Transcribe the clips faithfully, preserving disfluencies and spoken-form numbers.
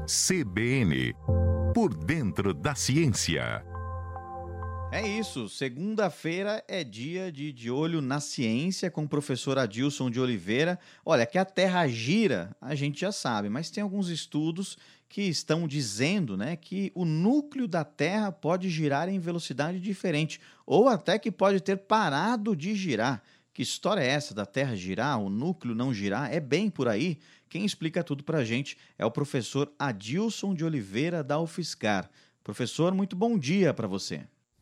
C B N, por dentro da ciência. É isso, segunda-feira é dia de De Olho na Ciência com o professor Adilson de Oliveira. Olha, que a Terra gira, a gente já sabe, mas tem alguns estudos que estão dizendo, né, que o núcleo da Terra pode girar em velocidade diferente, ou até que pode ter parado de girar. Que história é essa da Terra girar, o núcleo não girar? É bem por aí? Quem explica tudo pra gente é o professor Adilson de Oliveira da UFSCar. Professor, muito bom dia para você.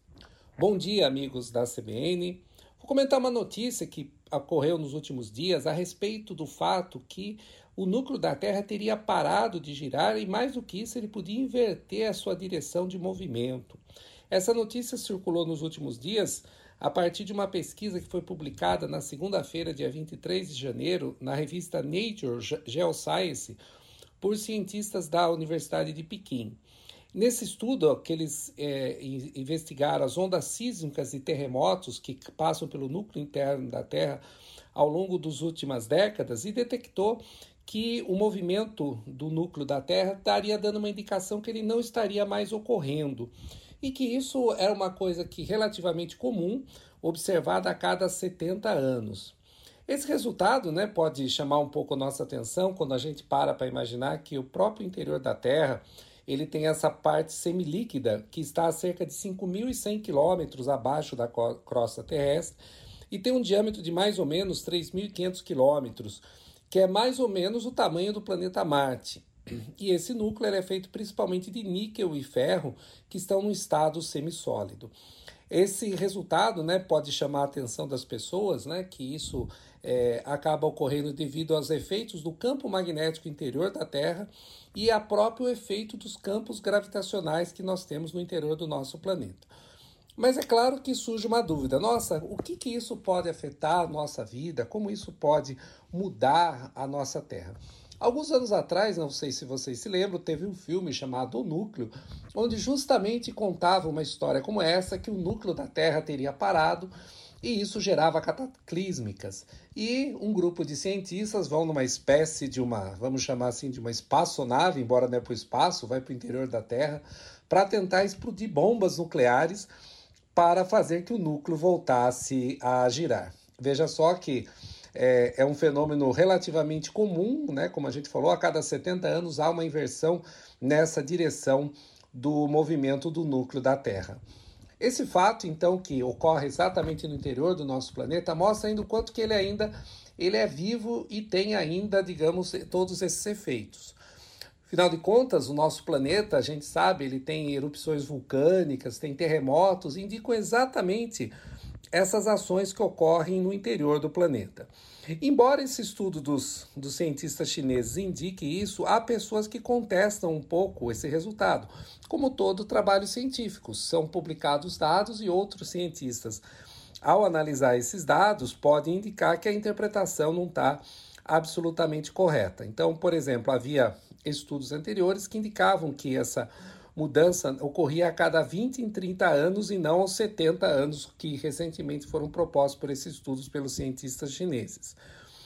Bom dia, amigos da C B N. Vou comentar uma notícia que ocorreu nos últimos dias a respeito do fato que o núcleo da Terra teria parado de girar e, mais do que isso, ele podia inverter a sua direção de movimento. Essa notícia circulou nos últimos dias a partir de uma pesquisa que foi publicada na segunda-feira, dia vinte e três de janeiro, na revista Nature Geoscience, por cientistas da Universidade de Pequim. Nesse estudo, que eles é, investigaram as ondas sísmicas e terremotos que passam pelo núcleo interno da Terra ao longo das últimas décadas e detectou que o movimento do núcleo da Terra estaria dando uma indicação que ele não estaria mais ocorrendo e que isso era uma coisa que relativamente comum, observada a cada setenta anos. Esse resultado, né, pode chamar um pouco a nossa atenção quando a gente para para imaginar que o próprio interior da Terra ele tem essa parte semilíquida que está a cerca de cinco mil e cem quilômetros abaixo da crosta terrestre e tem um diâmetro de mais ou menos três mil e quinhentos quilômetros, que é mais ou menos o tamanho do planeta Marte. E esse núcleo é feito principalmente de níquel e ferro, que estão no estado semissólido. Esse resultado, né, pode chamar a atenção das pessoas, né, que isso é, acaba ocorrendo devido aos efeitos do campo magnético interior da Terra e a próprio efeito dos campos gravitacionais que nós temos no interior do nosso planeta. Mas é claro que surge uma dúvida, nossa, o que, que isso pode afetar a nossa vida? Como isso pode mudar a nossa Terra? Alguns anos atrás, não sei se vocês se lembram, teve um filme chamado O Núcleo, onde justamente contava uma história como essa, que o núcleo da Terra teria parado e isso gerava cataclísmicas. E um grupo de cientistas vão numa espécie de uma, vamos chamar assim, de uma espaçonave, embora não é para o espaço, vai para o interior da Terra, para tentar explodir bombas nucleares para fazer que o núcleo voltasse a girar. Veja só que É, é um fenômeno relativamente comum, né? Como a gente falou, a cada setenta anos há uma inversão nessa direção do movimento do núcleo da Terra. Esse fato, então, que ocorre exatamente no interior do nosso planeta, mostra ainda o quanto que ele ainda ele é vivo e tem ainda, digamos, todos esses efeitos. Afinal de contas, o nosso planeta, a gente sabe, ele tem erupções vulcânicas, tem terremotos, indicam exatamente essas ações que ocorrem no interior do planeta. Embora esse estudo dos, dos cientistas chineses indique isso, há pessoas que contestam um pouco esse resultado. Como todo trabalho científico, são publicados dados e outros cientistas, ao analisar esses dados, podem indicar que a interpretação não está absolutamente correta. Então, por exemplo, havia estudos anteriores que indicavam que essa mudança ocorria a cada vinte e trinta anos e não aos setenta anos que recentemente foram propostos por esses estudos pelos cientistas chineses.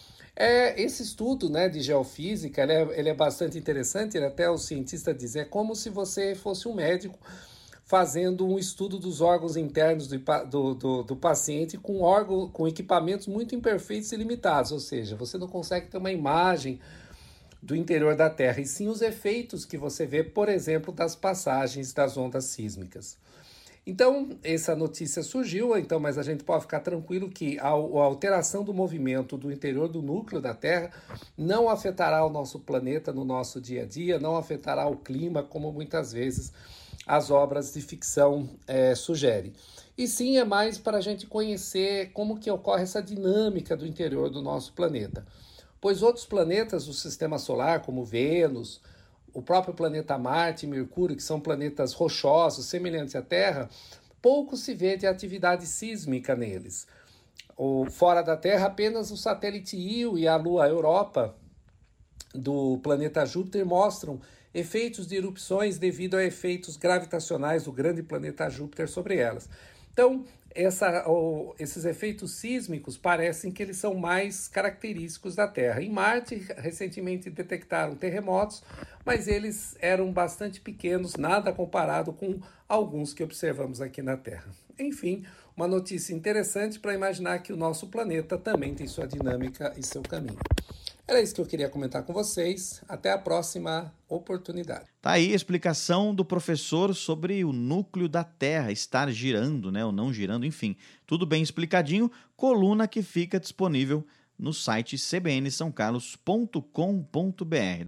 É, esse estudo, né, de geofísica ele é, ele é bastante interessante, ele até o cientista diz, é como se você fosse um médico fazendo um estudo dos órgãos internos do, do, do, do paciente com, órgão, com equipamentos muito imperfeitos e limitados, ou seja, você não consegue ter uma imagem do interior da Terra, e sim os efeitos que você vê, por exemplo, das passagens das ondas sísmicas. Então, essa notícia surgiu, então, mas a gente pode ficar tranquilo que a, a alteração do movimento do interior do núcleo da Terra não afetará o nosso planeta no nosso dia a dia, não afetará o clima, como muitas vezes as obras de ficção é, sugerem. E sim, é mais para a gente conhecer como que ocorre essa dinâmica do interior do nosso planeta. Pois outros planetas do Sistema Solar, como Vênus, o próprio planeta Marte e Mercúrio, que são planetas rochosos, semelhantes à Terra, pouco se vê de atividade sísmica neles. O, fora da Terra, apenas o satélite Io e a Lua Europa do planeta Júpiter mostram efeitos de erupções devido a efeitos gravitacionais do grande planeta Júpiter sobre elas. Então, essa, o, esses efeitos sísmicos parecem que eles são mais característicos da Terra. Em Marte, recentemente detectaram terremotos, mas eles eram bastante pequenos, nada comparado com alguns que observamos aqui na Terra. Enfim, uma notícia interessante para imaginar que o nosso planeta também tem sua dinâmica e seu caminho. Era isso que eu queria comentar com vocês. Até a próxima oportunidade. Tá aí a explicação do professor sobre o núcleo da Terra estar girando, né, ou não girando, enfim. Tudo bem explicadinho, coluna que fica disponível no site c b n são carlos ponto com ponto b r.